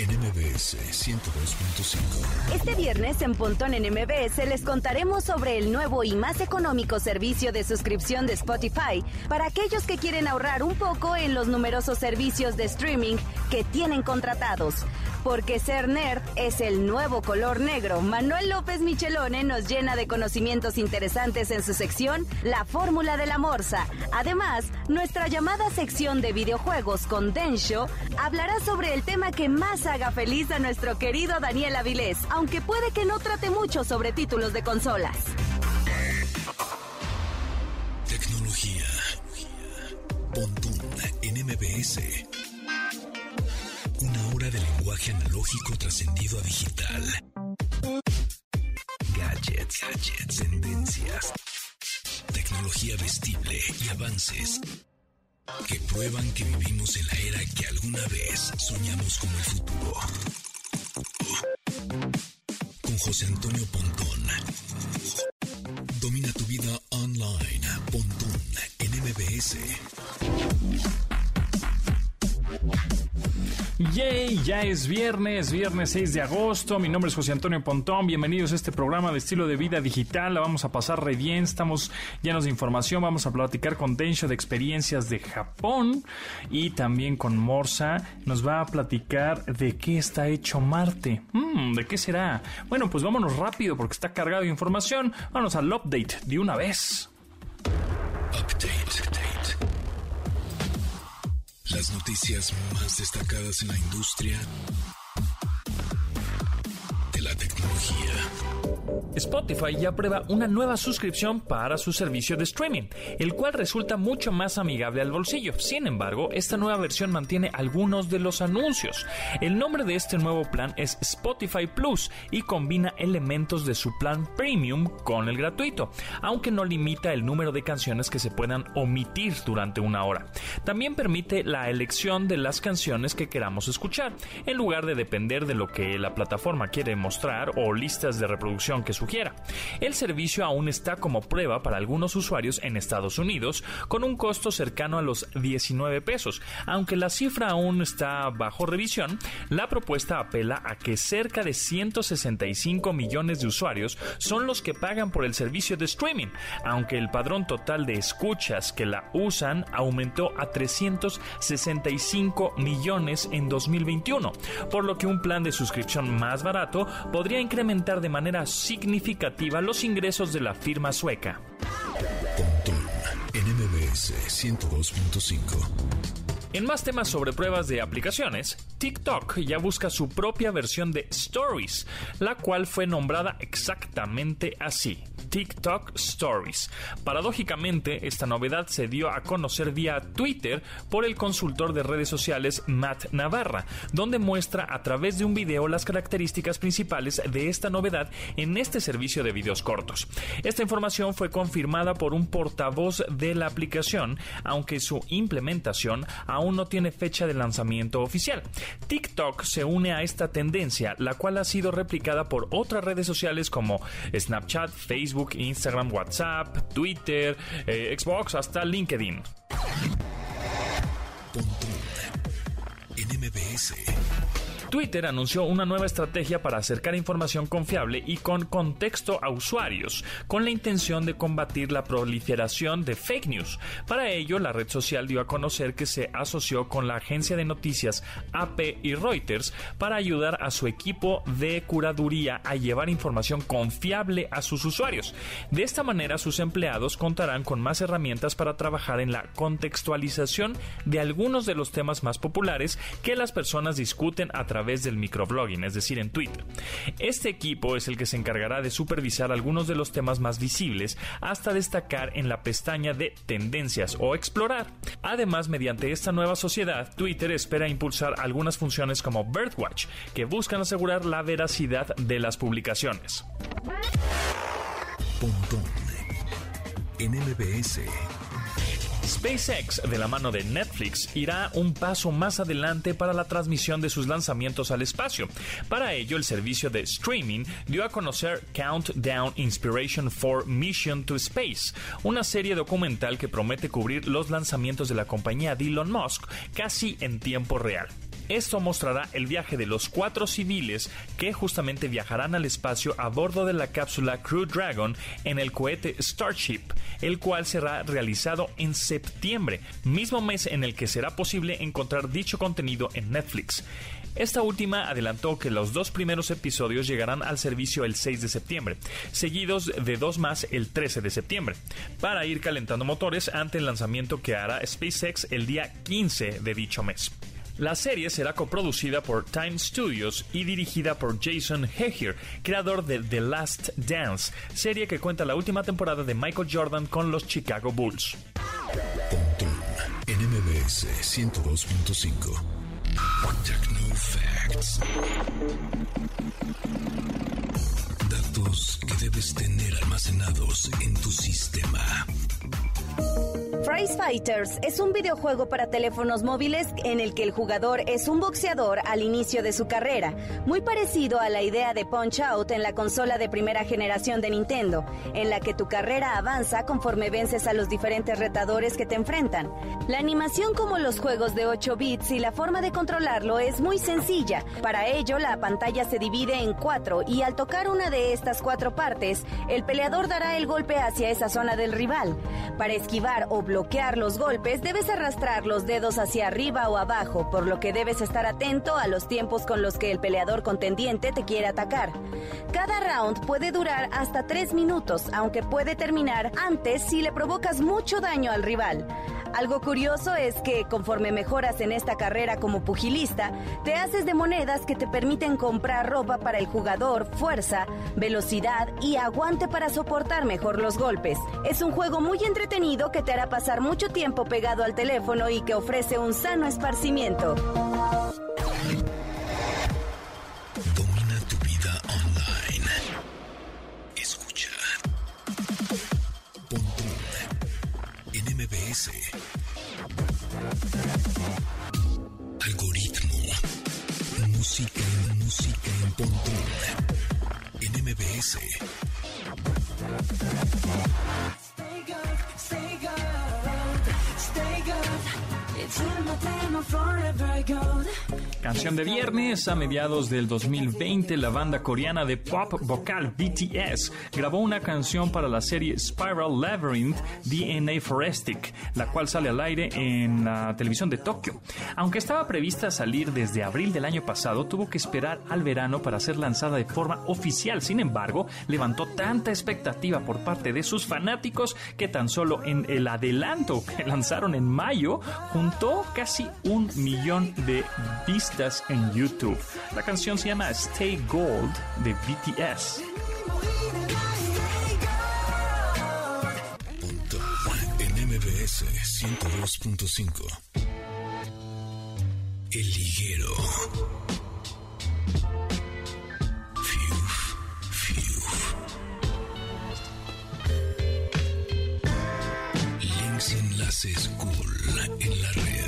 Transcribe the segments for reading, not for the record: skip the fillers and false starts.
en MBS 102.5. Este viernes en Pontón en MBS les contaremos sobre el nuevo y más económico servicio de suscripción de Spotify para aquellos que quieren ahorrar un poco en los numerosos servicios de streaming que tienen contratados. Porque ser nerd es el nuevo color negro. Manuel López Michelone nos llena de conocimientos interesantes en su sección La Fórmula de la Morsa. Además, nuestra llamada sección de videojuegos con Densho hablará sobre el tema que más haga feliz a nuestro querido Daniel Avilés, aunque puede que no trate mucho sobre títulos de consolas. Tecnología. Pontón en MBS. Una hora de lenguaje analógico trascendido a digital. Gadgets, tendencias, tecnología vestible y avances que prueban que vivimos en la era que alguna vez soñamos como el futuro. Con José Antonio Pontón. Domina tu vida online. Pontón en MBS. Yay, ya es viernes 6 de agosto. Mi nombre es José Antonio Pontón. Bienvenidos a este programa de estilo de vida digital. La vamos a pasar re bien. Estamos llenos de información. Vamos a platicar con Densho de experiencias de Japón y también con Morsa. Nos va a platicar de qué está hecho Marte. ¿De qué será? Bueno, pues vámonos rápido porque está cargado de información. Vámonos al update de una vez. Update. Las noticias más destacadas en la industria de la tecnología. Spotify ya prueba una nueva suscripción para su servicio de streaming, el cual resulta mucho más amigable al bolsillo. Sin embargo, esta nueva versión mantiene algunos de los anuncios. El nombre de este nuevo plan es Spotify Plus y combina elementos de su plan Premium con el gratuito, aunque no limita el número de canciones que se puedan omitir durante una hora. También permite la elección de las canciones que queramos escuchar, en lugar de depender de lo que la plataforma quiere mostrar o listas de reproducción que sugiera. El servicio aún está como prueba para algunos usuarios en Estados Unidos, con un costo cercano a los 19 pesos. Aunque la cifra aún está bajo revisión, la propuesta apela a que cerca de 165 millones de usuarios son los que pagan por el servicio de streaming, aunque el padrón total de escuchas que la usan aumentó a 365 millones en 2021, por lo que un plan de suscripción más barato podría incrementar de manera significativa los ingresos de la firma sueca. Pontón en MBS 102.5. En más temas sobre pruebas de aplicaciones, TikTok ya busca su propia versión de Stories, la cual fue nombrada exactamente así, TikTok Stories. Paradójicamente, esta novedad se dio a conocer vía Twitter por el consultor de redes sociales Matt Navarra, donde muestra a través de un video las características principales de esta novedad en este servicio de videos cortos. Esta información fue confirmada por un portavoz de la aplicación, aunque su implementación aún no tiene fecha de lanzamiento oficial. TikTok se une a esta tendencia, la cual ha sido replicada por otras redes sociales como Snapchat, Facebook, Instagram, WhatsApp, Twitter, Xbox, hasta LinkedIn. Pontón en MBS. Twitter anunció una nueva estrategia para acercar información confiable y con contexto a usuarios, con la intención de combatir la proliferación de fake news. Para ello, la red social dio a conocer que se asoció con la agencia de noticias AP y Reuters para ayudar a su equipo de curaduría a llevar información confiable a sus usuarios. De esta manera, sus empleados contarán con más herramientas para trabajar en la contextualización de algunos de los temas más populares que las personas discuten a través del microblogging, es decir, en Twitter. Este equipo es el que se encargará de supervisar algunos de los temas más visibles hasta destacar en la pestaña de tendencias o explorar. Además, mediante esta nueva sociedad, Twitter espera impulsar algunas funciones como Birdwatch, que buscan asegurar la veracidad de las publicaciones. Pontón en MBS. SpaceX, de la mano de Netflix, irá un paso más adelante para la transmisión de sus lanzamientos al espacio. Para ello, el servicio de streaming dio a conocer Countdown Inspiration for Mission to Space, una serie documental que promete cubrir los lanzamientos de la compañía de Elon Musk casi en tiempo real. Esto mostrará el viaje de los 4 civiles que justamente viajarán al espacio a bordo de la cápsula Crew Dragon en el cohete Starship, el cual será realizado en septiembre, mismo mes en el que será posible encontrar dicho contenido en Netflix. Esta última adelantó que los 2 primeros episodios llegarán al servicio el 6 de septiembre, seguidos de 2 más el 13 de septiembre, para ir calentando motores ante el lanzamiento que hará SpaceX el día 15 de dicho mes. La serie será coproducida por Time Studios y dirigida por Jason Hehir, creador de The Last Dance, serie que cuenta la última temporada de Michael Jordan con los Chicago Bulls. Pontón en MBS 102.5. Techno Facts. Datos que debes tener almacenados en tu sistema. Prize Fighters es un videojuego para teléfonos móviles en el que el jugador es un boxeador al inicio de su carrera, muy parecido a la idea de Punch-Out en la consola de primera generación de Nintendo, en la que tu carrera avanza conforme vences a los diferentes retadores que te enfrentan. La animación, como los juegos de 8 bits, y la forma de controlarlo es muy sencilla. Para ello, la pantalla se divide en 4 y al tocar una de estas 4 partes, el peleador dará el golpe hacia esa zona del rival. Para esquivar o bloquear los golpes, debes arrastrar los dedos hacia arriba o abajo, por lo que debes estar atento a los tiempos con los que el peleador contendiente te quiere atacar. Cada round puede durar hasta 3 minutos, aunque puede terminar antes si le provocas mucho daño al rival. Algo curioso es que, conforme mejoras en esta carrera como pugilista, te haces de monedas que te permiten comprar ropa para el jugador, fuerza, velocidad y aguante para soportar mejor los golpes. Es un juego muy entretenido que te hará pasar mucho tiempo pegado al teléfono y que ofrece un sano esparcimiento. Domina tu vida online. Escucha. Pontón en MBS. Algoritmo. Música en Pontón en MBS. Canción de viernes. A mediados del 2020, la banda coreana de pop vocal BTS grabó una canción para la serie Spiral Labyrinth DNA Forestic, la cual sale al aire en la televisión de Tokio. Aunque estaba prevista salir desde abril del año pasado, tuvo que esperar al verano para ser lanzada de forma oficial. Sin embargo, levantó tanta expectativa por parte de sus fanáticos que tan solo en el adelanto que lanzaron en mayo juntó casi 1 millón de vistas en YouTube. La canción se llama Stay Gold de BTS. En MBS 102.5. El liguero. Fiuf, fiuf. Links y enlaces cool en la red.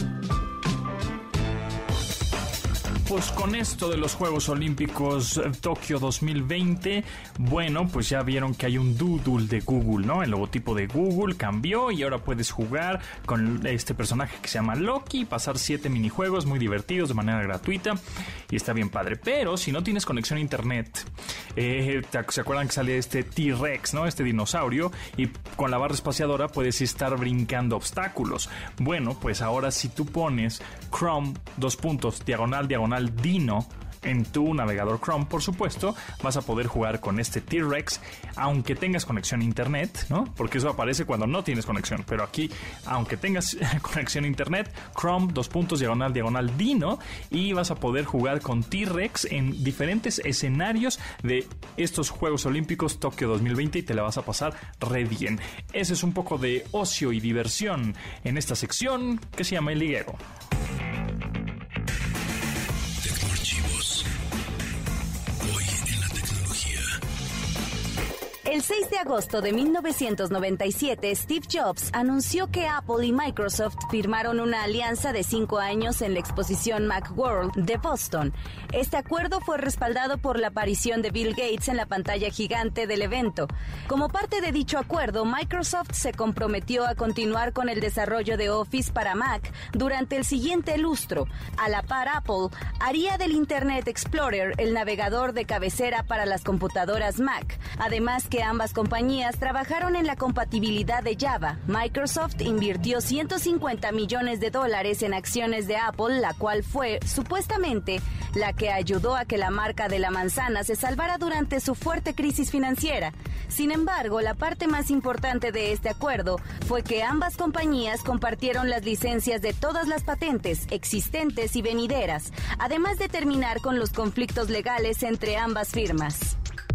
Pues con esto de los Juegos Olímpicos Tokio 2020, bueno, pues ya vieron que hay un doodle de Google, ¿no? El logotipo de Google cambió y ahora puedes jugar con este personaje que se llama Loki, pasar 7 minijuegos muy divertidos de manera gratuita y está bien padre. Pero si no tienes conexión a internet, ¿se acuerdan que sale este T-Rex, ¿no? Este dinosaurio, y con la barra espaciadora puedes estar brincando obstáculos. Bueno, pues ahora si tú pones Chrome, /, Dino en tu navegador Chrome, por supuesto, vas a poder jugar con este T-Rex aunque tengas conexión a internet, ¿no? Porque eso aparece cuando no tienes conexión, pero aquí, aunque tengas conexión a internet, Chrome, /, Dino, y vas a poder jugar con T-Rex en diferentes escenarios de estos Juegos Olímpicos Tokio 2020 y te la vas a pasar re bien. Ese es un poco de ocio y diversión en esta sección que se llama El Liguero. El 6 de agosto de 1997, Steve Jobs anunció que Apple y Microsoft firmaron una alianza de 5 años en la exposición Macworld de Boston. Este acuerdo fue respaldado por la aparición de Bill Gates en la pantalla gigante del evento. Como parte de dicho acuerdo, Microsoft se comprometió a continuar con el desarrollo de Office para Mac durante el siguiente lustro. A la par, Apple haría del Internet Explorer el navegador de cabecera para las computadoras Mac. Además que ambas compañías trabajaron en la compatibilidad de Java. Microsoft invirtió $150 millones en acciones de Apple, la cual fue, supuestamente, la que ayudó a que la marca de la manzana se salvara durante su fuerte crisis financiera. Sin embargo, la parte más importante de este acuerdo fue que ambas compañías compartieron las licencias de todas las patentes existentes y venideras, además de terminar con los conflictos legales entre ambas firmas.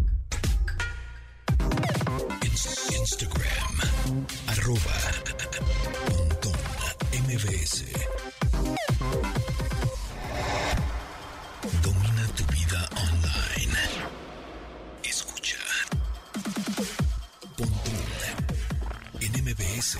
Instagram, @pontón_MBS. Domina tu vida online. Escucha Pontón en MBS.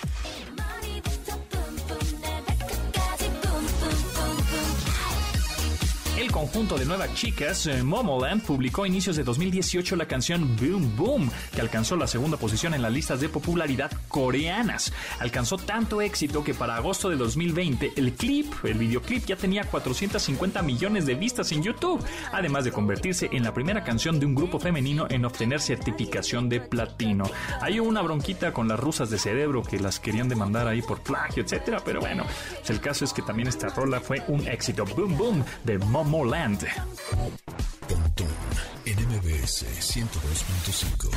El conjunto de nuevas chicas, Momoland, publicó a inicios de 2018 la canción Boom Boom, que alcanzó la segunda posición en las listas de popularidad coreanas. Alcanzó tanto éxito que para agosto de 2020 el videoclip ya tenía 450 millones de vistas en YouTube, además de convertirse en la primera canción de un grupo femenino en obtener certificación de platino. Hay una bronquita con las rusas de Cerebro que las querían demandar ahí por plagio, etcétera, pero bueno, pues el caso es que también esta rola fue un éxito. Boom Boom de Momoland. Pontón en MBS 102.5.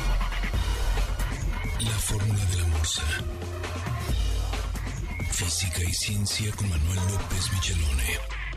La fórmula de la morsa. Física y ciencia con Manuel López Michelone.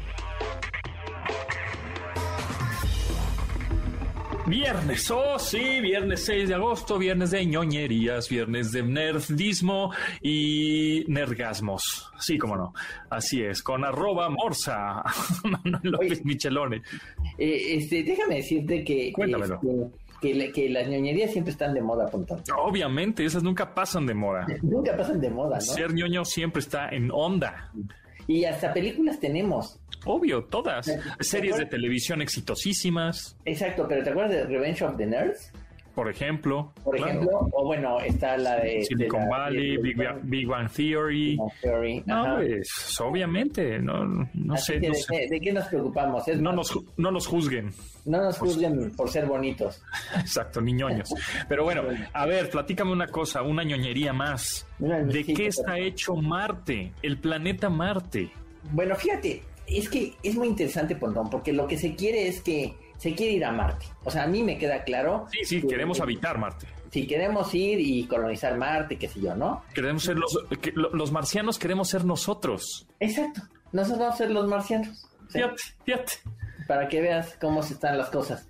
Viernes, oh sí, viernes 6 de agosto, viernes de ñoñerías, viernes de nerdismo y nergasmos. Sí, cómo no. Así es, con @morsa, Manuel López Michelone. Déjame decirte que... Cuéntamelo. Que las ñoñerías siempre están de moda, Pontón. Obviamente, esas nunca pasan de moda. Nunca pasan de moda, ¿no? Ser ñoño siempre está en onda. Y hasta películas tenemos. Obvio, todas. Series de televisión exitosísimas. Exacto, pero ¿te acuerdas de Revenge of the Nerds? Por ejemplo. O bueno, está la de... Silicon Valley, Big Bang Theory. No, pues, obviamente, no sé. ¿De qué nos preocupamos? No nos juzguen. No nos juzguen por ser bonitos. Exacto, ni ñoños. Pero bueno, a ver, platícame una cosa, una ñoñería más. ¿De qué está hecho Marte, el planeta Marte? Bueno, fíjate, es que es muy interesante, Pontón, porque lo que se quiere es que se quiere ir a Marte. O sea, a mí me queda claro. Sí, queremos habitar Marte. Sí, queremos ir y colonizar Marte, qué sé yo, ¿no? Queremos ser los marcianos, queremos ser nosotros. Exacto, nosotros vamos a ser los marcianos. Fíjate. Para que veas cómo se están las cosas.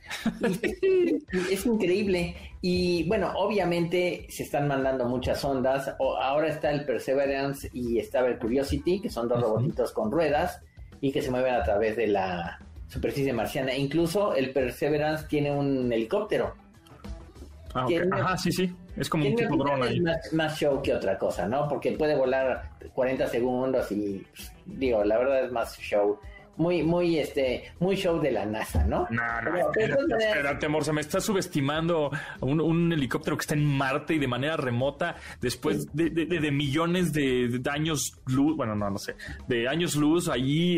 Es increíble. Y bueno, obviamente se están mandando muchas ondas. Ahora está el Perseverance y estaba el Curiosity, que son dos robotitos con ruedas y que se mueven a través de la superficie marciana. Incluso el Perseverance tiene un helicóptero. Okay. Sí. Es como un tipo dron ahí. Más show que otra cosa, ¿no? Porque puede volar 40 segundos y, digo, la verdad es más show. Muy show de la NASA, ¿no? Espérate, amor, se me está subestimando un helicóptero que está en Marte y de manera remota después de millones de años luz, bueno, no sé, de años luz allí,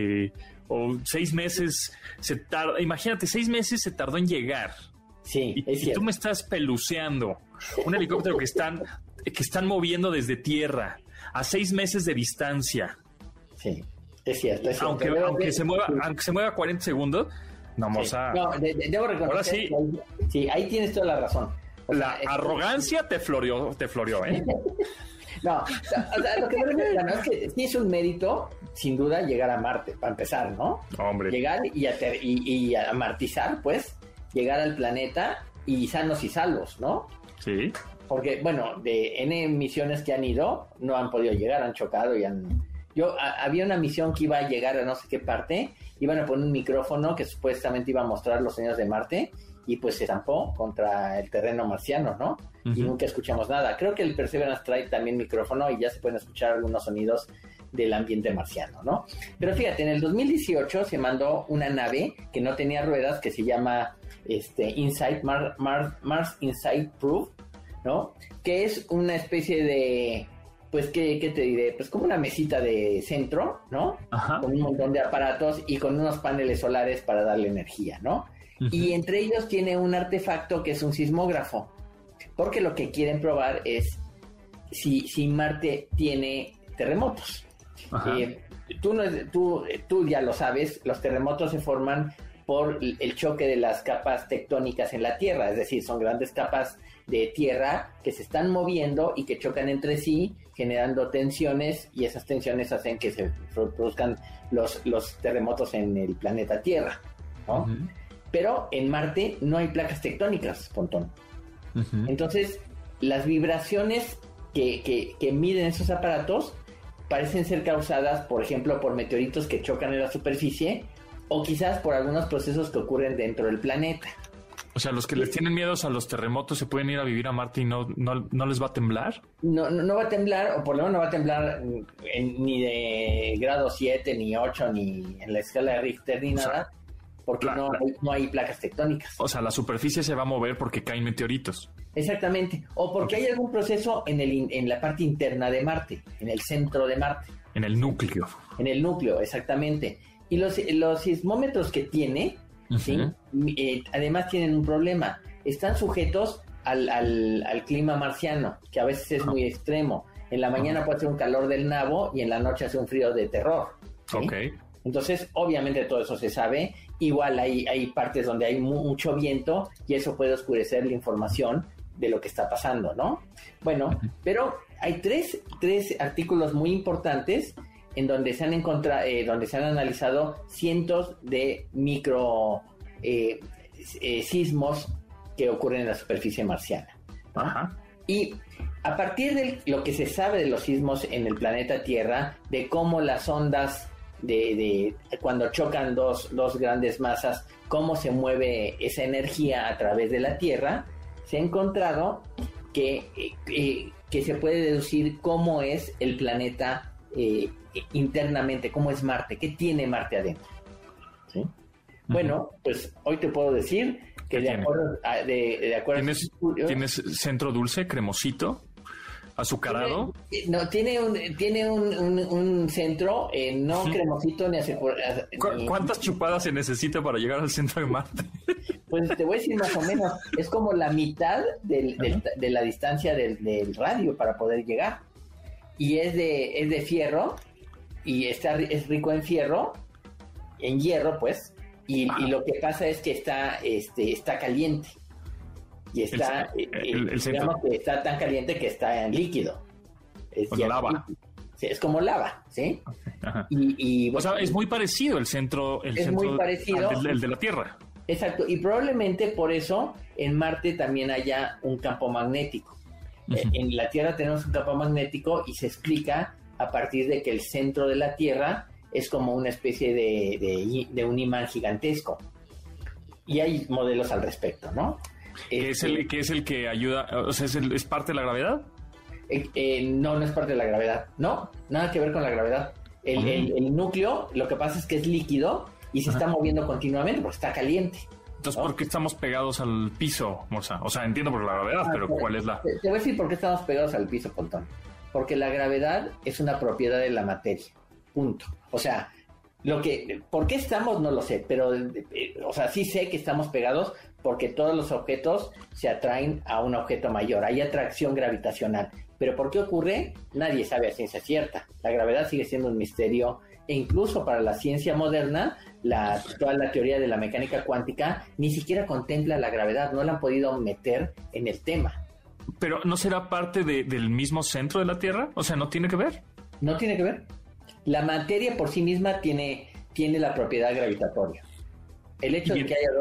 o 6 meses imagínate, 6 meses se tardó en llegar. Sí, y tú me estás peluceando un helicóptero que están moviendo desde tierra a 6 meses de distancia. Sí. Es cierto. Aunque se mueva 40 segundos, vamos a... No, debo reconocer... Ahora sí. Sí, ahí tienes toda la razón. Arrogancia te floreó, ¿eh? No, o sea, lo que me refiero es que sí es un mérito, sin duda, llegar a Marte, para empezar, ¿no? Hombre. Llegar y amartizar, pues, llegar al planeta y sanos y salvos, ¿no? Sí. Porque, bueno, de N misiones que han ido, no han podido llegar, han chocado y Había una misión que iba a llegar a no sé qué parte, iban a poner un micrófono que supuestamente iba a mostrar los sonidos de Marte, y pues se estampó contra el terreno marciano, ¿no? Uh-huh. Y nunca escuchamos nada. Creo que el Perseverance trae también micrófono y ya se pueden escuchar algunos sonidos del ambiente marciano, ¿no? Pero fíjate, en el 2018 se mandó una nave que no tenía ruedas, que se llama Mars Insight Probe, ¿no? Que es una especie de, pues, ¿qué te diré? Pues como una mesita de centro, ¿no? Ajá. Con un montón de aparatos y con unos paneles solares para darle energía, ¿no? Uh-huh. Y entre ellos tiene un artefacto que es un sismógrafo, porque lo que quieren probar es si Marte tiene terremotos. Tú ya lo sabes, los terremotos se forman por el choque de las capas tectónicas en la Tierra, es decir, son grandes capas de tierra que se están moviendo y que chocan entre sí, generando tensiones, y esas tensiones hacen que se produzcan los terremotos en el planeta Tierra, ¿no? Uh-huh. Pero en Marte no hay placas tectónicas, Pontón. Uh-huh. Entonces, las vibraciones que miden esos aparatos parecen ser causadas, por ejemplo, por meteoritos que chocan en la superficie, o quizás por algunos procesos que ocurren dentro del planeta. O sea, los que les tienen miedos a los terremotos se pueden ir a vivir a Marte y no les va a temblar. No va a temblar, o por lo menos no va a temblar ni de grado 7, ni 8, ni en la escala de Richter, ni nada, porque no hay placas tectónicas. O sea, la superficie se va a mover porque caen meteoritos. Exactamente, o porque hay algún proceso en la parte interna de Marte, en el centro de Marte. En el núcleo. En el núcleo, exactamente. Y los sismómetros que tiene, uh-huh, ¿sí? Además tienen un problema. Están sujetos al clima marciano, que a veces es muy extremo. En la mañana puede hacer un calor del nabo y en la noche hace un frío de terror, ¿sí? Okay. Entonces, obviamente todo eso se sabe. Igual hay partes donde hay mucho viento y eso puede oscurecer la información de lo que está pasando, ¿no? Bueno, uh-huh, pero hay tres artículos muy importantes en donde se han encontrado, donde se han analizado cientos de micro sismos que ocurren en la superficie marciana, ¿no? Ajá. Y a partir de lo que se sabe de los sismos en el planeta Tierra, de cómo las ondas de cuando chocan dos grandes masas, cómo se mueve esa energía a través de la Tierra, se ha encontrado que se puede deducir cómo es el planeta internamente, cómo es Marte, qué tiene Marte adentro, ¿sí? Uh-huh. Bueno, pues hoy te puedo decir que de acuerdo ¿Tienes centro dulce, cremosito, azucarado? Tiene un centro no cremosito ni azucarado. ¿Cuántas chupadas se necesita para llegar al centro de Marte? Pues te voy a decir más o menos, es como la mitad de la distancia del radio para poder llegar. Y es de fierro, y es rico en hierro, pues, y lo que pasa es que está caliente. Y está, digamos que está tan caliente que está en líquido. Es lava. Sí, es como lava, ¿sí? Ajá. O sea, es muy parecido el centro muy parecido al de la Tierra. Exacto, y probablemente por eso en Marte también haya un campo magnético. Uh-huh. En la Tierra tenemos un campo magnético y se explica a partir de que el centro de la Tierra es como una especie de un imán gigantesco. Y hay modelos al respecto, ¿no? ¿Qué es el que ayuda? O sea, ¿es parte de la gravedad? No es parte de la gravedad. No, nada que ver con la gravedad. El núcleo, lo que pasa es que es líquido y se está moviendo continuamente porque está caliente. Entonces, ¿por qué estamos pegados al piso, Morsa? O sea, entiendo por la gravedad, pero ¿cuál es la...? Te voy a decir por qué estamos pegados al piso, Pontón. Porque la gravedad es una propiedad de la materia. Punto. O sea, ¿por qué estamos? No lo sé, pero, o sea, sí sé que estamos pegados porque todos los objetos se atraen a un objeto mayor. Hay atracción gravitacional. Pero ¿por qué ocurre? Nadie sabe a ciencia cierta. La gravedad sigue siendo un misterio. E incluso para la ciencia moderna, toda la teoría de la mecánica cuántica ni siquiera contempla la gravedad, no la han podido meter en el tema. ¿Pero no será parte del mismo centro de la Tierra? O sea, ¿no tiene que ver? No tiene que ver. La materia por sí misma tiene la propiedad gravitatoria. El hecho de que haya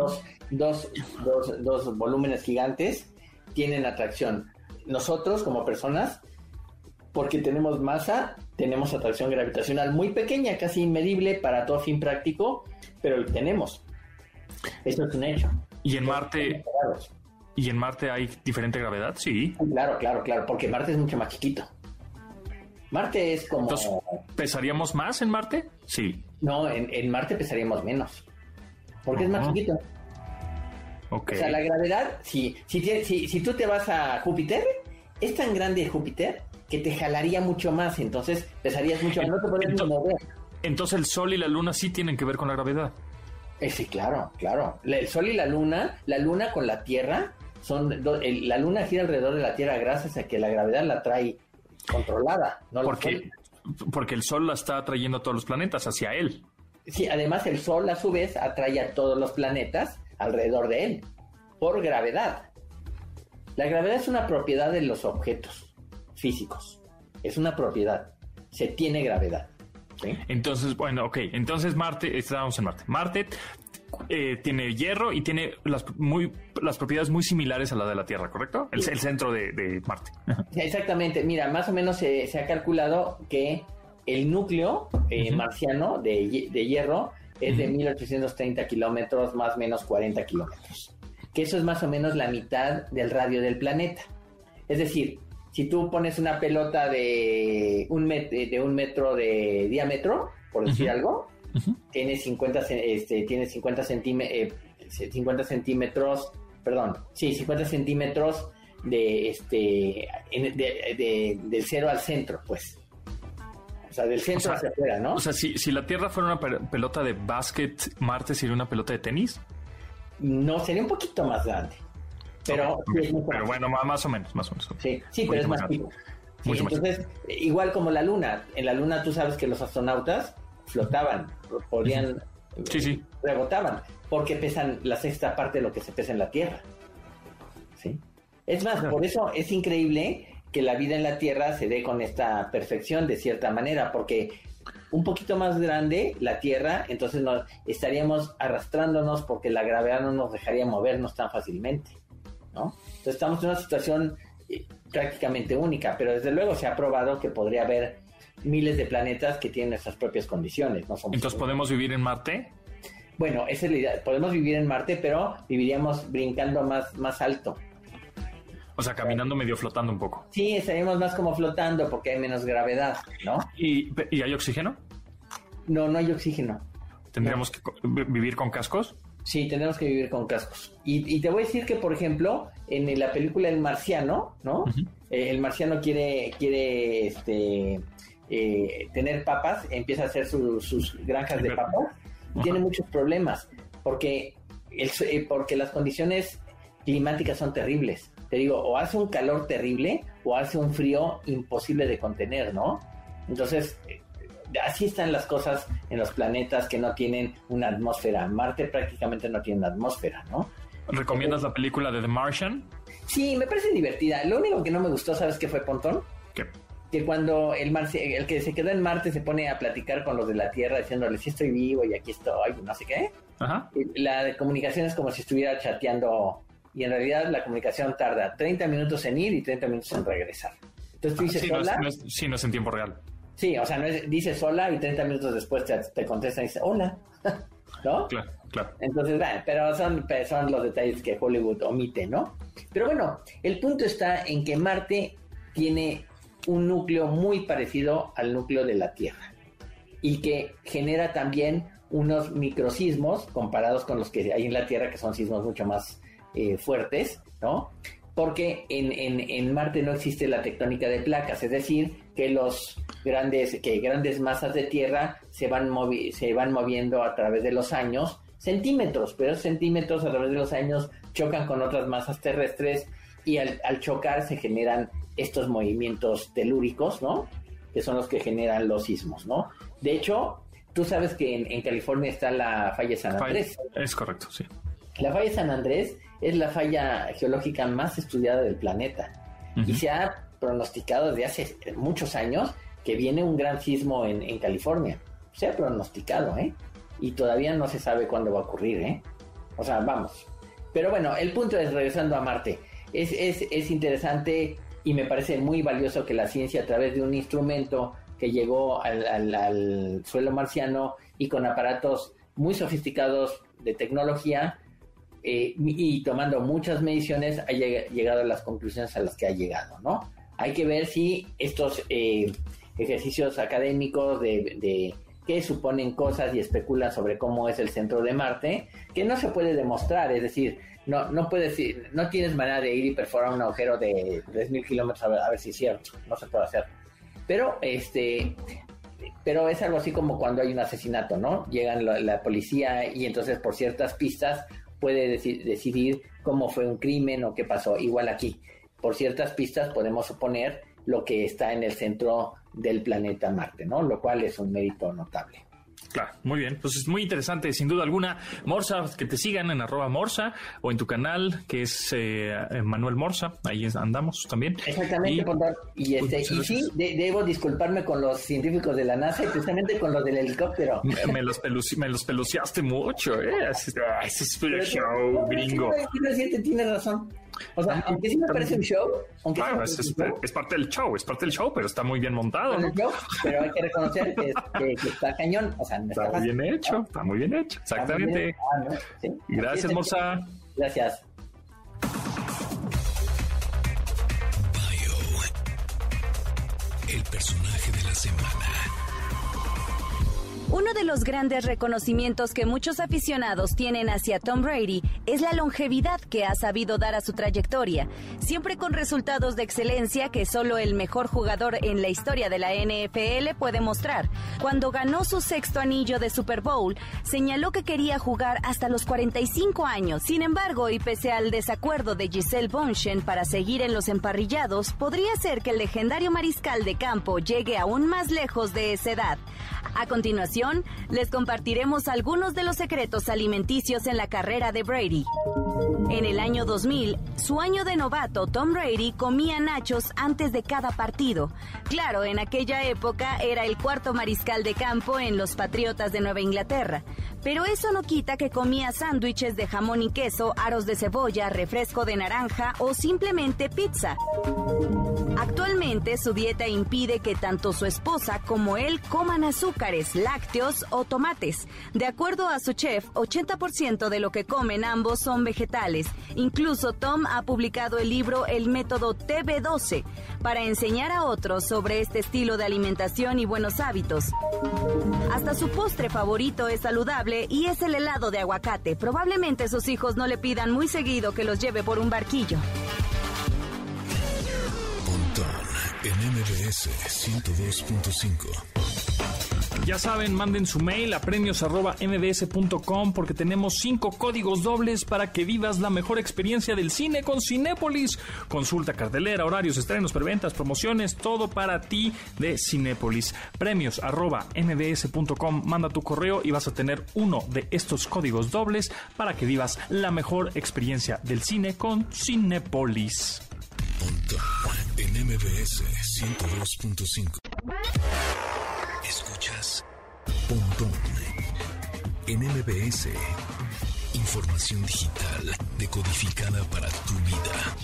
dos volúmenes gigantes tienen atracción. Nosotros, como personas, porque tenemos masa, tenemos atracción gravitacional muy pequeña, casi inmedible para todo fin práctico, pero lo tenemos. Eso es un hecho. ¿Y en Marte hay diferente gravedad? Sí. Claro, porque Marte es mucho más chiquito. Marte es como... Entonces, ¿pesaríamos más en Marte? Sí. No, en Marte pesaríamos menos, porque es más chiquito. Okay. O sea, la gravedad, si tú te vas a Júpiter, es tan grande Júpiter que te jalaría mucho más, entonces pesarías mucho más, no te podrías ni mover. Entonces el Sol y la Luna sí tienen que ver con la gravedad. Sí, claro. El Sol y la Luna con la Tierra, la Luna gira alrededor de la Tierra gracias a que la gravedad la trae controlada. No porque el Sol la está atrayendo a todos los planetas hacia él. Sí, además el Sol a su vez atrae a todos los planetas alrededor de él, por gravedad. La gravedad es una propiedad de los objetos físicos. Es una propiedad. Se tiene gravedad. ¿Sí? Entonces, bueno, ok. Entonces estábamos en Marte. Marte tiene hierro y tiene las propiedades muy similares a la de la Tierra, ¿correcto? El centro de Marte. Exactamente. Mira, más o menos se ha calculado que el núcleo marciano de hierro es de 1830 kilómetros más o menos 40 kilómetros. Que eso es más o menos la mitad del radio del planeta. Es decir, si tú pones una pelota de un metro de diámetro, por decir algo, tiene 50 centímetros del cero al centro, pues. O sea, del centro hacia afuera, ¿no? O sea, si la Tierra fuera una pelota de básquet, ¿Marte sería una pelota de tenis? No, sería un poquito más grande. Pero, okay. Pero bueno, más o menos. Sí, pero es más chico. Sí, entonces, igual como la Luna. En la Luna tú sabes que los astronautas flotaban, podían... Sí. Rebotaban, porque pesan la sexta parte de lo que se pesa en la Tierra. ¿Sí? Es más, por eso es increíble que la vida en la Tierra se dé con esta perfección de cierta manera, porque un poquito más grande la Tierra, entonces estaríamos arrastrándonos porque la gravedad no nos dejaría movernos tan fácilmente, ¿no? Entonces estamos en una situación prácticamente única, pero desde luego se ha probado que podría haber miles de planetas que tienen nuestras propias condiciones. ¿No? Entonces, ¿podemos vivir en Marte? Bueno, esa es la idea. Podemos vivir en Marte, pero viviríamos brincando más alto. O sea, caminando medio flotando un poco. Sí, estaríamos más como flotando porque hay menos gravedad, ¿no? ¿Y hay oxígeno? No hay oxígeno. ¿Tendríamos que vivir con cascos? Sí, tenemos que vivir con cascos. Y te voy a decir que, por ejemplo, en la película El Marciano, ¿no? El marciano quiere tener papas, empieza a hacer sus granjas de papas, y tiene muchos problemas, porque las condiciones climáticas son terribles. Te digo, o hace un calor terrible, o hace un frío imposible de contener, ¿no? Entonces, así están las cosas en los planetas que no tienen una atmósfera. Marte prácticamente no tiene una atmósfera, ¿no? ¿Recomiendas la película de The Martian? Sí, me parece divertida. Lo único que no me gustó, ¿sabes qué fue, Pontón? ¿Qué? Que cuando el que se quedó en Marte se pone a platicar con los de la Tierra diciéndoles sí estoy vivo y aquí estoy, no sé qué. Ajá. La comunicación es como si estuviera chateando, y en realidad la comunicación tarda 30 minutos en ir y 30 minutos en regresar. Entonces tú dices hola. No es en tiempo real. Sí, o sea, dices hola y 30 minutos después te contestan y dices hola. ¿No? Claro. Entonces, pero son los detalles que Hollywood omite, ¿no? Pero bueno, el punto está en que Marte tiene un núcleo muy parecido al núcleo de la Tierra y que genera también unos microsismos comparados con los que hay en la Tierra, que son sismos mucho más fuertes, ¿no? Porque en Marte no existe la tectónica de placas, es decir, que grandes masas de tierra se van moviendo a través de los años, centímetros, pero centímetros a través de los años chocan con otras masas terrestres y al chocar se generan estos movimientos telúricos, ¿no? Que son los que generan los sismos, ¿no? De hecho, tú sabes que en California está la falla de San Andrés. Es correcto, sí. La falla de San Andrés es la falla geológica más estudiada del planeta. Y se ha pronosticado desde hace muchos años que viene un gran sismo en California. Se ha pronosticado, y todavía no se sabe cuándo va a ocurrir, O sea, vamos. Pero bueno, el punto es, regresando a Marte, es interesante y me parece muy valioso que la ciencia, a través de un instrumento que llegó al suelo marciano y con aparatos muy sofisticados de tecnología, y tomando muchas mediciones, ha llegado a las conclusiones a las que ha llegado, ¿no? Hay que ver si estos ejercicios académicos de que suponen cosas y especulan sobre cómo es el centro de Marte, que no se puede demostrar, es decir, no puedes ir, no tienes manera de ir y perforar un agujero de 3,000 kilómetros a ver si es cierto, no se puede hacer. Pero es algo así como cuando hay un asesinato, ¿no? Llegan la policía y entonces por ciertas pistas puede decidir cómo fue un crimen o qué pasó. Igual aquí, por ciertas pistas podemos suponer lo que está en el centro del planeta Marte, ¿no? Lo cual es un mérito notable. Claro, muy bien, pues es muy interesante, sin duda alguna. Morsa, que te sigan en @Morsa o en tu canal, que es Manuel Morsa, ahí andamos también. Exactamente, y sí, debo disculparme con los científicos de la NASA y precisamente con los del helicóptero. Me los peluciaste mucho, ese es el show gringo. Tienes razón. O sea, aunque sí me parece un show. Claro, es parte del show, pero está muy bien montado, ¿no? Pero hay que reconocer que está cañón. O sea, está muy bien hecho, está muy bien hecho, exactamente. ¿No? ¿Sí? Gracias, Morsa. Gracias. Bio, el personaje de la semana. Uno de los grandes reconocimientos que muchos aficionados tienen hacia Tom Brady es la longevidad que ha sabido dar a su trayectoria, siempre con resultados de excelencia que solo el mejor jugador en la historia de la NFL puede mostrar. Cuando ganó su 6º anillo de Super Bowl, señaló que quería jugar hasta los 45 años. Sin embargo, y pese al desacuerdo de Gisele Bündchen para seguir en los emparrillados, podría ser que el legendario mariscal de campo llegue aún más lejos de esa edad. A continuación, les compartiremos algunos de los secretos alimenticios en la carrera de Brady. En el año 2000, su año de novato, Tom Brady comía nachos antes de cada partido. Claro, en aquella época era el 4º mariscal de campo en los Patriotas de Nueva Inglaterra. Pero eso no quita que comía sándwiches de jamón y queso, aros de cebolla, refresco de naranja o simplemente pizza. Actualmente, su dieta impide que tanto su esposa como él coman azúcares, lácteos o tomates. De acuerdo a su chef, 80% de lo que comen ambos son vegetales. Incluso Tom ha publicado el libro El Método TB12 para enseñar a otros sobre este estilo de alimentación y buenos hábitos. Hasta su postre favorito es saludable y es el helado de aguacate. Probablemente sus hijos no le pidan muy seguido que los lleve por un barquillo. En MBS 102.5. Ya saben, manden su mail a premios@mbs.com porque tenemos 5 códigos dobles para que vivas la mejor experiencia del cine con Cinépolis. Consulta cartelera, horarios, estrenos, preventas, promociones, todo para ti de Cinépolis. Premios@mbs.com. Manda tu correo y vas a tener uno de estos códigos dobles para que vivas la mejor experiencia del cine con Cinépolis. En MBS 102.5. Escuchas Pontón en MBS. Información digital decodificada para tu vida.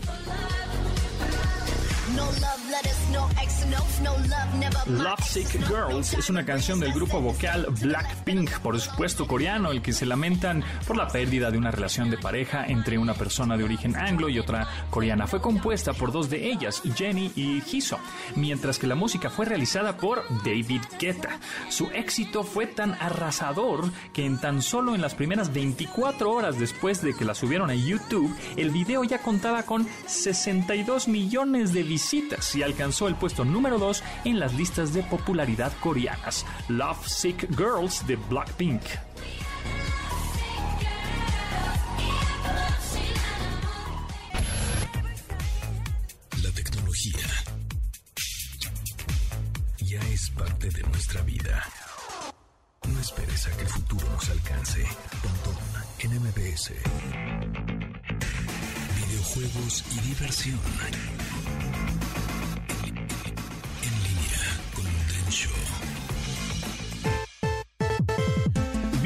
Lovesick Girls es una canción del grupo vocal Blackpink, por supuesto coreano, el que se lamentan por la pérdida de una relación de pareja entre una persona de origen anglo y otra coreana. Fue compuesta por 2 de ellas, Jennie y Jisoo, mientras que la música fue realizada por David Guetta. Su éxito fue tan arrasador que en tan solo en las primeras 24 horas después de que la subieron a YouTube, el video ya contaba con 62 millones de visitas y alcanzó el puesto número 2 en las listas de popularidad coreanas. Lovesick Girls de Blackpink. La tecnología ya es parte de nuestra vida. No esperes a que el futuro nos alcance. Pontón en MBS. Videojuegos y diversión.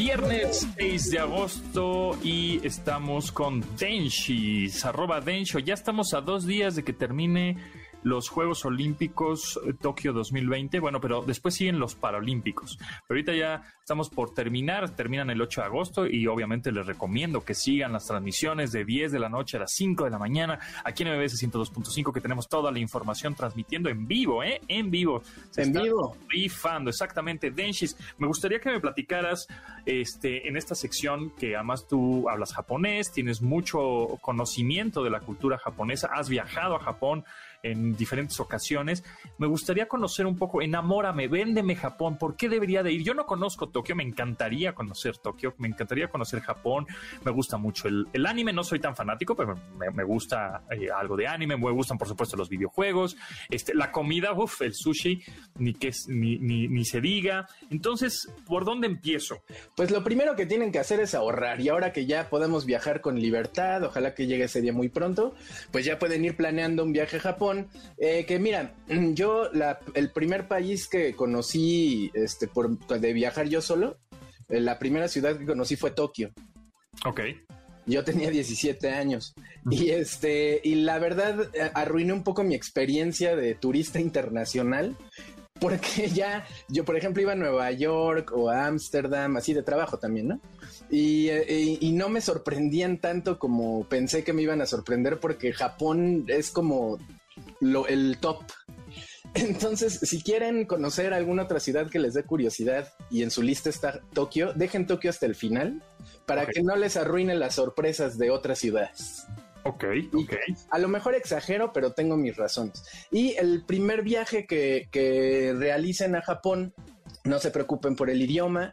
Viernes 6 de agosto y estamos con Denshis, @Densho. Ya estamos a 2 días de que termine los Juegos Olímpicos Tokio 2020. Bueno, pero después siguen los Paralímpicos. Pero ahorita ya estamos por terminan el 8 de agosto y obviamente les recomiendo que sigan las transmisiones de 10 de la noche a las 5 de la mañana aquí en MBS 102.5, que tenemos toda la información transmitiendo en vivo, En vivo. En vivo. Rifando, exactamente. Denshis, me gustaría que me platicaras en esta sección, que además tú hablas japonés, tienes mucho conocimiento de la cultura japonesa, has viajado a Japón en diferentes ocasiones. Me gustaría conocer un poco, enamórame, véndeme Japón, ¿por qué debería de ir? Yo no conozco Tokio, me encantaría conocer Tokio, me encantaría conocer Japón, me gusta mucho el anime, no soy tan fanático, pero me gusta algo de anime, me gustan por supuesto los videojuegos, la comida, el sushi, ni se diga. Entonces, ¿por dónde empiezo? Pues lo primero que tienen que hacer es ahorrar, y ahora que ya podemos viajar con libertad, ojalá que llegue ese día muy pronto, pues ya pueden ir planeando un viaje a Japón. Que mira, yo el primer país que conocí de viajar yo solo, la primera ciudad que conocí fue Tokio. Ok. Yo tenía 17 años y la verdad arruiné un poco mi experiencia de turista internacional, porque yo por ejemplo iba a Nueva York o a Ámsterdam, así de trabajo también, ¿no? Y no me sorprendían tanto como pensé que me iban a sorprender, porque Japón es como el top. Entonces, si quieren conocer alguna otra ciudad que les dé curiosidad y en su lista está Tokio, dejen Tokio hasta el final para que no les arruinen las sorpresas de otras ciudades. Ok. A lo mejor exagero, pero tengo mis razones. Y el primer viaje que realicen a Japón, no se preocupen por el idioma.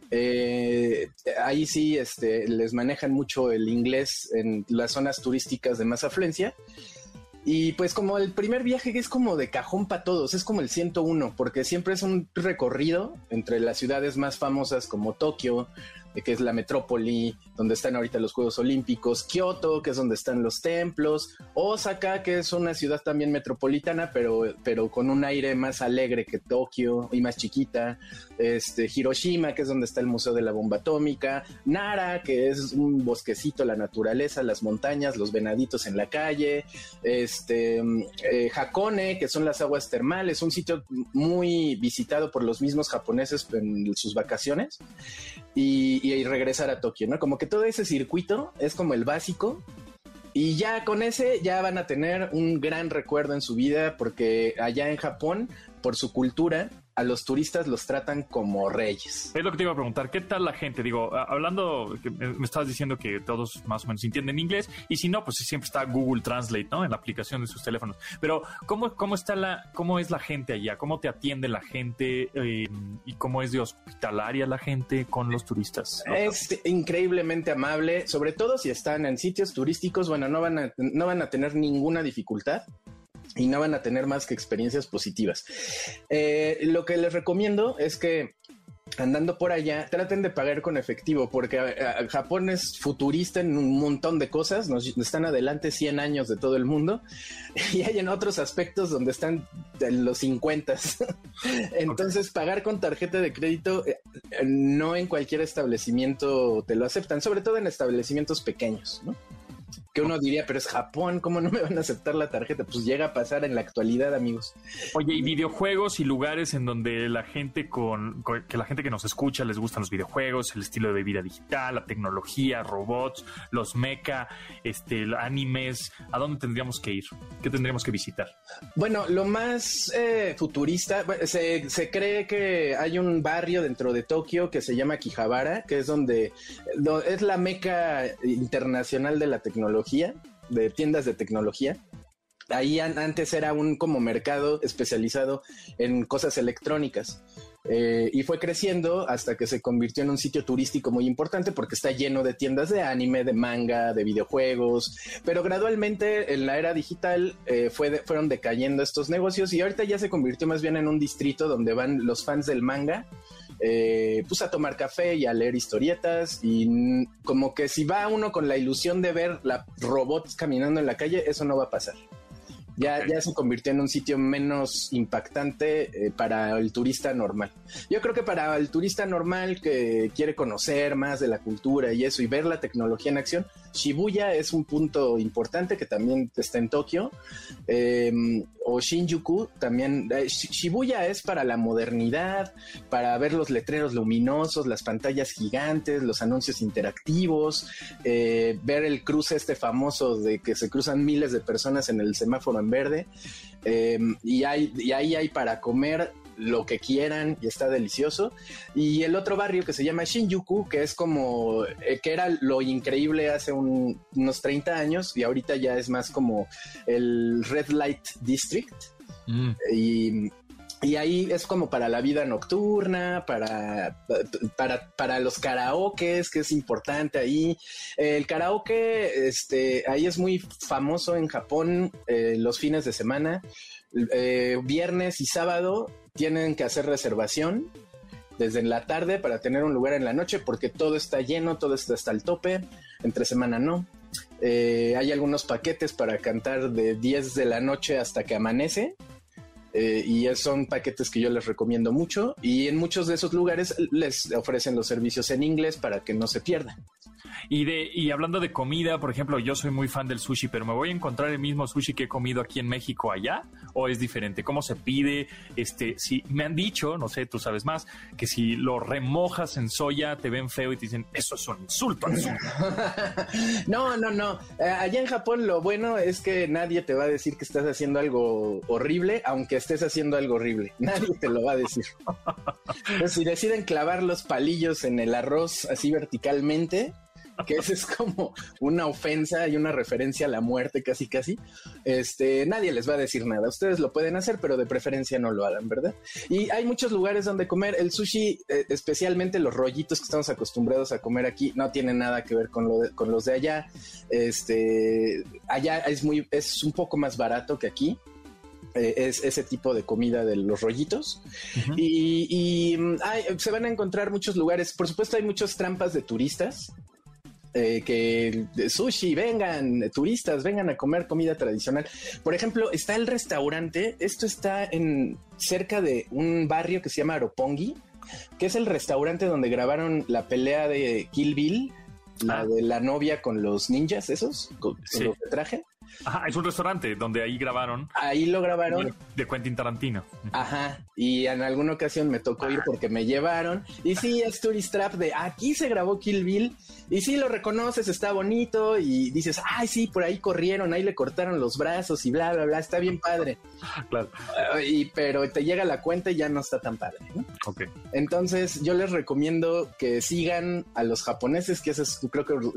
Ahí sí les manejan mucho el inglés en las zonas turísticas de más afluencia. Y pues como el primer viaje es como de cajón para todos, es como el 101, porque siempre es un recorrido entre las ciudades más famosas como Tokio, que es la metrópoli, donde están ahorita los Juegos Olímpicos, Kioto, que es donde están los templos, Osaka, que es una ciudad también metropolitana, pero con un aire más alegre que Tokio y más chiquita, Hiroshima, que es donde está el Museo de la Bomba Atómica, Nara, que es un bosquecito, la naturaleza, las montañas, los venaditos en la calle, Hakone, que son las aguas termales, un sitio muy visitado por los mismos japoneses en sus vacaciones, y regresar a Tokio, ¿no? Como que todo ese circuito es como el básico, y ya con ese ya van a tener un gran recuerdo en su vida, porque allá en Japón, por su cultura, a los turistas los tratan como reyes. Es lo que te iba a preguntar, ¿qué tal la gente? Digo, hablando, me estabas diciendo que todos más o menos entienden inglés, y si no, pues siempre está Google Translate, ¿no? En la aplicación de sus teléfonos. Pero, ¿cómo es la gente allá? ¿Cómo te atiende la gente? ¿Y cómo es de hospitalaria la gente con los turistas? Es increíblemente amable, sobre todo si están en sitios turísticos. Bueno, no van a tener ninguna dificultad y no van a tener más que experiencias positivas. Lo que les recomiendo es que andando por allá traten de pagar con efectivo, porque Japón es futurista en un montón de cosas, nos están adelante 100 años de todo el mundo, y hay en otros aspectos donde están en los 50. Entonces pagar con tarjeta de crédito no en cualquier establecimiento te lo aceptan, sobre todo en establecimientos pequeños, ¿no? Que uno diría, pero es Japón, ¿cómo no me van a aceptar la tarjeta? Pues llega a pasar en la actualidad, amigos. Oye, y videojuegos y lugares en donde la gente que nos escucha les gustan los videojuegos, el estilo de vida digital, la tecnología, robots, los mecha, animes, ¿a dónde tendríamos que ir? ¿Qué tendríamos que visitar? Bueno, lo más futurista, se cree que hay un barrio dentro de Tokio que se llama Akihabara, que es donde es la meca internacional de la tecnología, de tiendas de tecnología. Ahí antes era un como mercado especializado en cosas electrónicas, y fue creciendo hasta que se convirtió en un sitio turístico muy importante, porque está lleno de tiendas de anime, de manga, de videojuegos, pero gradualmente en la era digital fueron decayendo estos negocios, y ahorita ya se convirtió más bien en un distrito donde van los fans del manga, pues a tomar café y a leer historietas, y como que si va uno con la ilusión de ver robots caminando en la calle, eso no va a pasar. Ya se convirtió en un sitio menos impactante para el turista normal. Yo creo que para el turista normal que quiere conocer más de la cultura y eso y ver la tecnología en acción, Shibuya es un punto importante que también está en Tokio, o Shinjuku también. Shibuya es para la modernidad, para ver los letreros luminosos, las pantallas gigantes, los anuncios interactivos, ver el cruce famoso de que se cruzan miles de personas en el semáforo en verde, y ahí hay para comer lo que quieran y está delicioso. Y el otro barrio que se llama Shinjuku, que es como que era lo increíble hace unos 30 años y ahorita ya es más como el Red Light District. Y ahí es como para la vida nocturna, para los karaokes, que es importante ahí. El karaoke, ahí es muy famoso en Japón los fines de semana. Viernes y sábado tienen que hacer reservación desde la tarde para tener un lugar en la noche, porque todo está lleno, todo está hasta el tope. Entre semana no. Hay algunos paquetes para cantar de 10 de la noche hasta que amanece. Y son paquetes que yo les recomiendo mucho, y en muchos de esos lugares les ofrecen los servicios en inglés para que no se pierdan. Y hablando de comida, por ejemplo, yo soy muy fan del sushi, pero ¿me voy a encontrar el mismo sushi que he comido aquí en México allá? ¿O es diferente? ¿Cómo se pide? Si me han dicho, no sé, tú sabes más, que si lo remojas en soya te ven feo y te dicen, eso es un insulto al sushi. No. Allá en Japón lo bueno es que nadie te va a decir que estás haciendo algo horrible, aunque estés haciendo algo horrible. Nadie te lo va a decir. Pues si deciden clavar los palillos en el arroz así verticalmente, que eso es como una ofensa y una referencia a la muerte casi, nadie les va a decir nada. Ustedes lo pueden hacer, pero de preferencia no lo hagan, ¿verdad? Y hay muchos lugares donde comer. El sushi, especialmente los rollitos que estamos acostumbrados a comer aquí, no tienen nada que ver con los de allá. Allá es un poco más barato que aquí. Es ese tipo de comida de los rollitos. Uh-huh. Y se van a encontrar muchos lugares. Por supuesto hay muchas trampas de turistas, que sushi, vengan, turistas, vengan a comer comida tradicional. Por ejemplo, está el restaurante, esto está cerca de un barrio que se llama Roppongi, que es el restaurante donde grabaron la pelea de Kill Bill, la de la novia con los ninjas esos, con los de traje. Ajá, es un restaurante donde ahí grabaron. Ahí lo grabaron. De Quentin Tarantino. Ajá, y en alguna ocasión me tocó ir porque me llevaron. Y sí, es Tourist Trap de aquí se grabó Kill Bill. Y sí, lo reconoces, está bonito. Y dices, ay, sí, por ahí corrieron, ahí le cortaron los brazos y bla, bla, bla. Está bien padre. Claro. Pero te llega la cuenta y ya no está tan padre, ¿no? Ok. Entonces, yo les recomiendo que sigan a los japoneses, que esa es, creo que,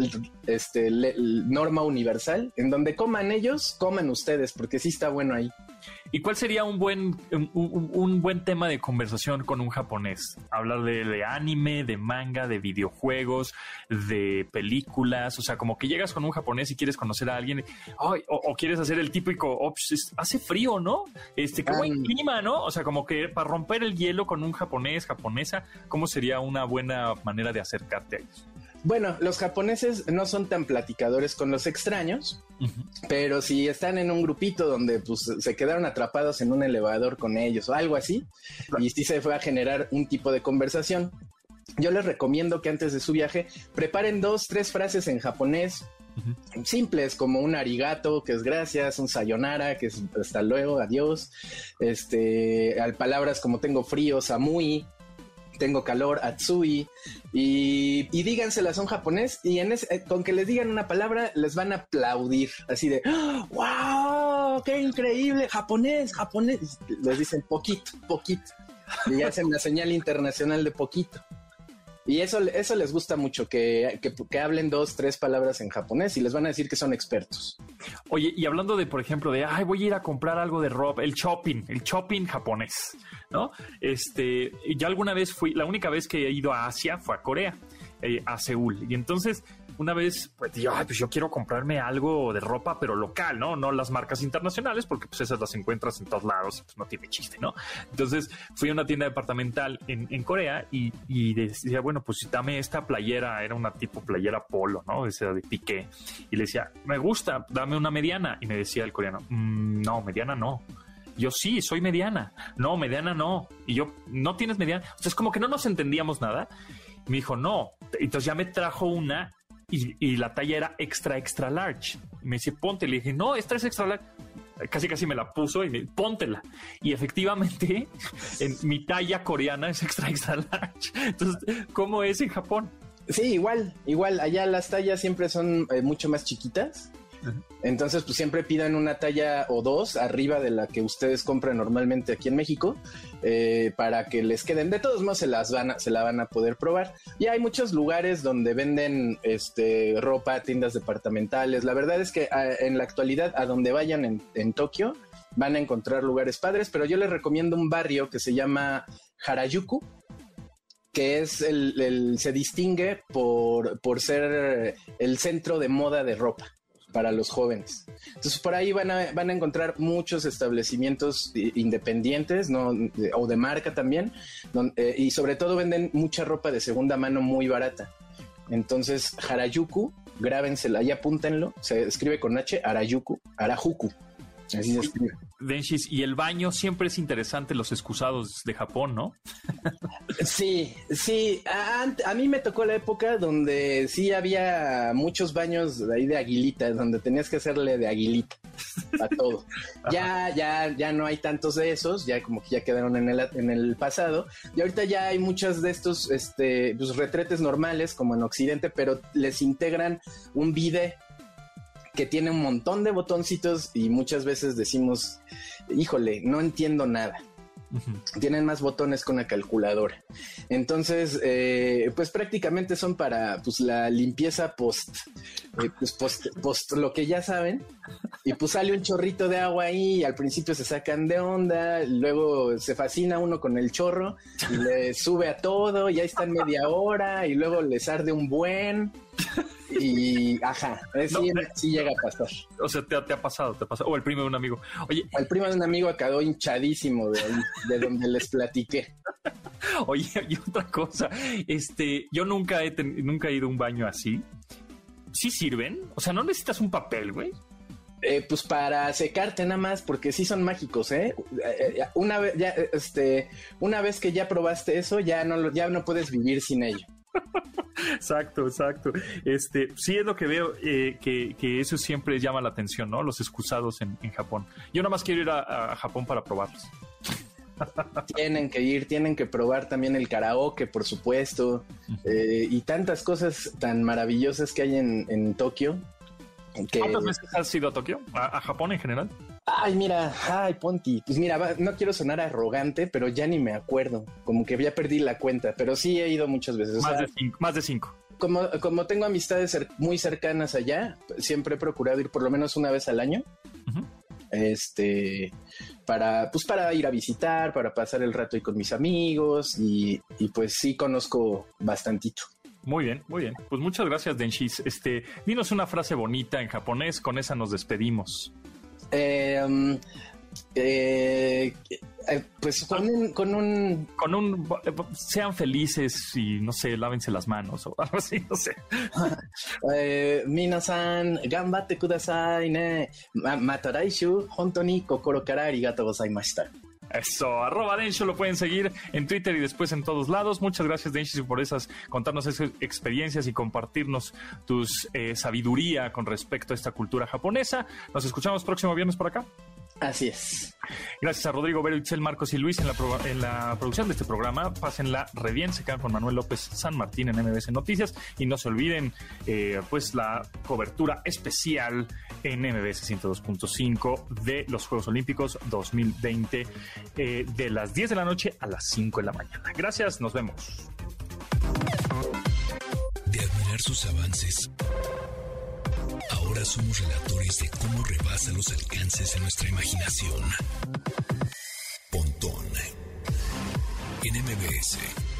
norma universal, en donde coman ellos, coman ustedes, porque sí está bueno ahí. ¿Y cuál sería un buen tema de conversación con un japonés? Hablar de anime, de manga, de videojuegos, de películas. O sea, como que llegas con un japonés y quieres conocer a alguien, o quieres hacer el típico, pues, hace frío, ¿no? Qué buen clima, ¿no? O sea, como que para romper el hielo con un japonesa, ¿cómo sería una buena manera de acercarte a ellos? Bueno, los japoneses no son tan platicadores con los extraños, uh-huh. Pero si están en un grupito donde pues se quedaron atrapados en un elevador con ellos o algo así, claro. Y sí se fue a generar un tipo de conversación, yo les recomiendo que antes de su viaje preparen 2-3 frases en japonés, uh-huh. Simples, como un arigato, que es gracias, un sayonara, que es hasta luego, adiós, palabras como tengo frío, samui, tengo calor, atsui, y díganselas a un japonés, y con que les digan una palabra les van a aplaudir, así de ¡wow! ¡Qué increíble! ¡Japonés! Les dicen poquito, y hacen la señal internacional de poquito. Y eso les gusta mucho, que hablen 2-3 palabras en japonés y les van a decir que son expertos. Oye, y hablando de, por ejemplo, voy a ir a comprar algo de ropa, el shopping japonés, ¿no? Yo alguna vez la única vez que he ido a Asia fue a Corea, a Seúl. Y entonces, una vez, pues yo quiero comprarme algo de ropa, pero local, ¿no? No las marcas internacionales, porque pues esas las encuentras en todos lados y pues no tiene chiste, ¿no? Entonces fui a una tienda departamental en Corea y decía, bueno, pues dame esta playera, era una tipo playera polo, ¿no? Esa de piqué. Y le decía, me gusta, dame una mediana. Y me decía el coreano, no, mediana no. Yo sí, soy mediana. No, mediana no. Y yo, ¿no tienes mediana? Entonces como que no nos entendíamos nada. Me dijo, no. Entonces ya me trajo una y la talla era extra large. Y me dice, ponte. Le dije, no, esta es extra large. Casi me la puso y me dijo, póntela. Y efectivamente, en mi talla coreana es extra large. Entonces, ¿cómo es en Japón? Sí, igual. Allá las tallas siempre son mucho más chiquitas. Entonces, pues siempre pidan una talla o dos arriba de la que ustedes compran normalmente aquí en México, para que les queden. De todos modos, se la van a poder probar. Y hay muchos lugares donde venden ropa, tiendas departamentales. La verdad es que en la actualidad, a donde vayan en Tokio, van a encontrar lugares padres, pero yo les recomiendo un barrio que se llama Harajuku, que es se distingue por ser el centro de moda de ropa para los jóvenes. Entonces por ahí van a encontrar muchos establecimientos independientes, ¿no? O de marca también, y sobre todo venden mucha ropa de segunda mano muy barata. Entonces Harajuku, grábensela y apúntenlo, se escribe con H, Harajuku. Así se escribe. Denshis, y el baño siempre es interesante, los excusados de Japón, ¿no? Sí. A mí me tocó la época donde sí había muchos baños de ahí de aguilita, donde tenías que hacerle de aguilita a todo. Ya no hay tantos de esos, ya como que ya quedaron en el pasado. Y ahorita ya hay muchos de estos pues retretes normales, como en Occidente, pero les integran un bidet que tiene un montón de botoncitos y muchas veces decimos, híjole, no entiendo nada. Uh-huh. Tienen más botones que una calculadora. Entonces, pues prácticamente son para pues la limpieza post lo que ya saben. Y pues sale un chorrito de agua ahí y al principio se sacan de onda, luego se fascina uno con el chorro y le sube a todo y ahí están media hora y luego les arde un buen... Y sí llega a pasar. O sea, te ha pasado. O el primo de un amigo. Oye, el primo de un amigo quedó hinchadísimo de donde les platiqué. Oye, y otra cosa, yo nunca he ido a un baño así. ¿Sí sirven? O sea, no necesitas un papel, güey. Pues para secarte nada más, porque sí son mágicos, ¿eh? Una vez que ya probaste eso, ya no puedes vivir sin ello. Exacto. Sí es lo que veo, que eso siempre llama la atención, ¿no? Los excusados en Japón. Yo nada más quiero ir a Japón para probarlos. Tienen que probar también el karaoke, por supuesto, y tantas cosas tan maravillosas que hay en Tokio. ¿Cuántas veces has ido a Tokio? ¿A Japón en general? Ponti. Pues mira, no quiero sonar arrogante, pero ya ni me acuerdo. Como que ya perdí la cuenta, pero sí he ido muchas veces. Más de cinco. Como tengo amistades muy cercanas allá, siempre he procurado ir por lo menos una vez al año. Uh-huh. Para ir a visitar, para pasar el rato ahí con mis amigos y pues sí conozco bastantito. Muy bien. Pues muchas gracias, Denshis. Dinos una frase bonita en japonés, con esa nos despedimos. Pues con un sean felices y no sé, lávense las manos o algo así, no sé. Minasan, ganbatte kudasai ne. Mata raishu, hontou ni kokoro kara arigatou gozaimashita. Eso, @Densho, lo pueden seguir en Twitter y después en todos lados. Muchas gracias, Denshi, por contarnos esas experiencias y compartirnos tu sabiduría con respecto a esta cultura japonesa. Nos escuchamos próximo viernes por acá. Así es. Gracias a Rodrigo, Vero, Itzel, Marcos y Luis en la producción de este programa. Pásenla re bien, se quedan con Manuel López San Martín en MBS Noticias y no se olviden pues la cobertura especial en MBS 102.5 de los Juegos Olímpicos 2020 de las 10 de la noche a las 5 de la mañana. Gracias, nos vemos. De admirar sus avances, ahora somos relatores de cómo rebasa los alcances de nuestra imaginación. Pontón en MBS.